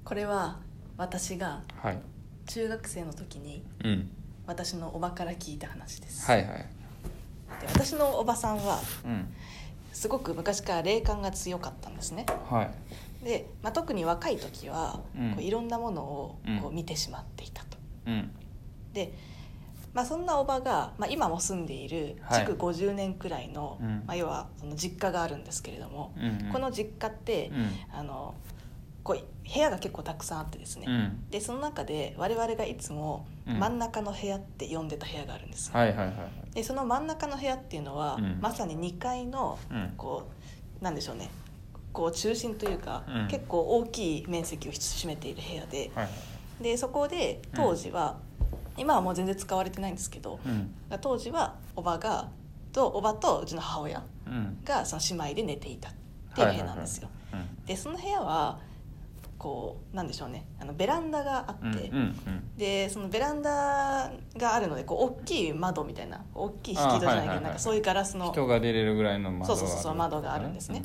これは私がはい中学生の時にうん私のおばから聞いた話です、 はいはいで私のおばさんはうんすごく昔から霊感が強かったんですね。 はいで、特に若い時はうんこういろんなものをこううん見てしまっていたと。 うんで、そんなおばが、今も住んでいるはい築50年くらいの、 うん要はその実家があるんですけれども、 うんうんこの実家って、 うんこう部屋が結構たくさんあってですね、 うんでその中で我々がいつもうん真ん中の部屋って呼んでた部屋があるんですよ、 はいはいはいでその真ん中の部屋っていうのは、 うんまさに2階のうんこうなんでしょうね、こう中心というか、 うん結構大きい面積を占めている部屋で、 はいでそこで当時は、今はもう全然使われてないんですけど、 うん当時はおばとうちの母親うんがその姉妹で寝ていたっていう部屋なんですよ、でその部屋はこうなんでしょうね、ベランダがあって、 うんうんでそのベランダがあるのでこう大きい窓みたいな大きい引き戸じゃないけど、 はいはいはいなんかそういうガラスの人が出れるぐらいの窓がそう窓があるんですね、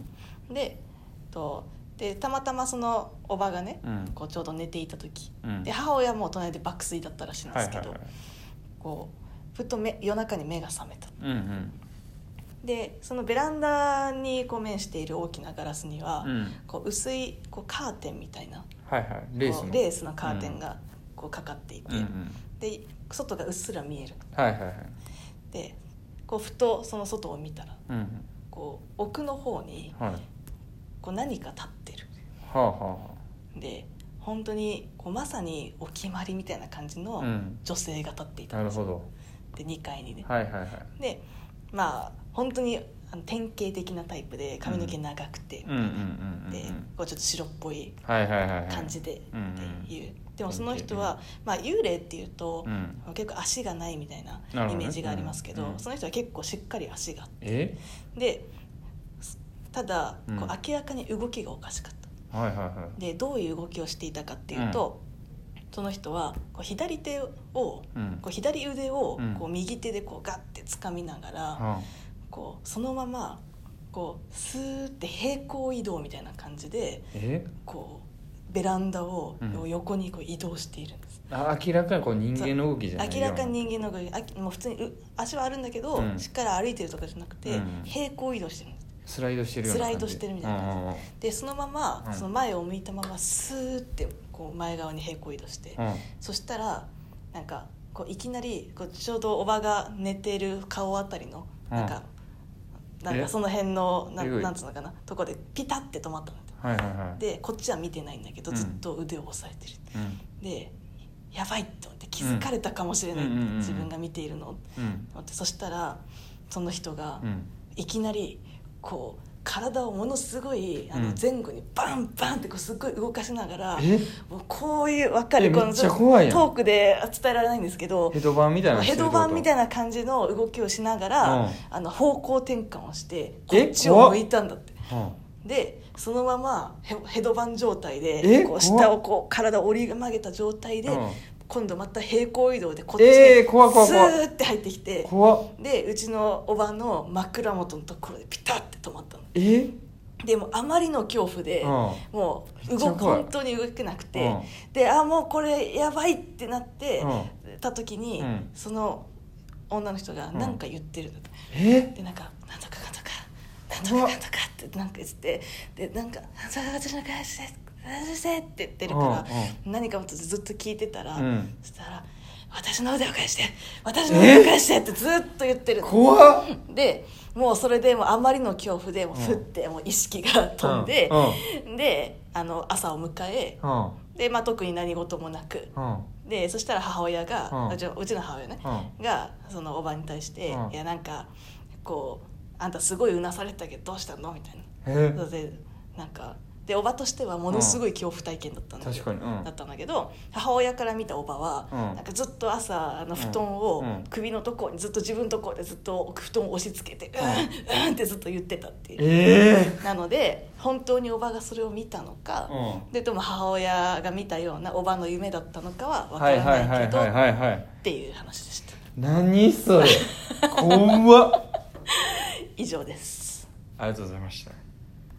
でたまたまそのおばがね、 うんこうちょうど寝ていた時、 うんで母親も隣で爆睡だったらしいんですけど、 はいはいはいこうふと夜中に目が覚めた。 うんでそのベランダにこう面している大きなガラスには、 うんこう薄いこうカーテンみたいなはいはいレースのカーテンがこうかかっていて、 うんうんで外がうっすら見える。 はいはいはいでこうふとその外を見たらうんこう奥の方にはいこう何か立ってる。 はあはあはで本当にこうまさにお決まりみたいな感じのうん女性が立っていたんですよ、 なるほどで2階にね、 はいはいはいで本当に典型的なタイプで髪の毛長くて、 うんうんうんうんでこうちょっと白っぽいはいはいはいはい感じでってうんいう、でもその人は、幽霊っていうと、 うん結構足がないみたいななるほどねイメージがありますけど、 うんその人は結構しっかり足があってえでただこううん明らかに動きがおかしかったはいはいはいでどういう動きをしていたかっていうと、その人はこう左手をうんこう左腕をうんこう右手でこうガッて掴みながら、 はこうそのままこうスーって平行移動みたいな感じでこうベランダを横にこう移動しているんです、 明らかにこう人間の動きじゃない明らかに人間の動きもう普通に足はあるんだけど、 うんしっかり歩いてるとかじゃなくて、 うん平行移動してるんです。 スライドしてるような感じスライドしてるみたいな感じうんうんでそのまま、 うんその前を向いたままスーってこう前側に平行移動して、 うんそしたらなんかこういきなりこうちょうどおばが寝てる顔あたりのなんかその辺のなんつうのかなとこでピタって止まったの。 はいはいはいでこっちは見てないんだけど、 うんずっと腕を押さえてる、 うんでやばいと思って気づかれたかもしれない、 うんうんうんうん自分が見ているのをうん思って、そしたらその人がうんいきなりこう体をものすごい前後にバンバンってこうすごい動かしながら、 えもうこういう分かるこのめっちゃ怖いやんトークで伝えられないんですけど、 ヘドバンみたいなヘドバンみたいなな感じの動きをしながら、方向転換をしてこえっちを向いたんだって。 はでそのままヘドバン状態えでこう怖っ下をこう体を折り曲げた状態で、 うん今度また平行移動でこっちに怖スーって入ってきて、 怖っでうちのおばの枕元のところでピタッて止まったの。 えでもあまりの恐怖で、 うんもうめっちゃ怖い本当に動けなくて、 うんでもうこれやばいってなってた時に、 うんその女の人が何か言ってるんだと、でなんかなんとかかんとかなんとかかんとかってなんか言ってでなんか私の返してって言ってるから、何かもずっと聞いてたら、そしたら私の腕を返して私の腕を返してってずっと言ってるの。 怖っでもうそれでもうあまりの恐怖でもうふってもう意識が飛んで、で朝を迎え、で特に何事もなく、でそしたら母親が、うちの母親ね、がそのおばに対して「いやなんかこうあんたすごいうなされてたけどどうしたの?」みたいな。でなんかでおばとしてはものすごい恐怖体験だったんだけど、だったんだけど母親から見たおばは、なんかずっと朝布団を首のところにずっと自分のところでずっと布団を押し付けてうんってずっと言ってたっていう、なので本当におばがそれを見たのか、でも母親が見たようなおばの夢だったのかは分からないけどっていう話でした。 何それ怖っ以上です。 ありがとうございました。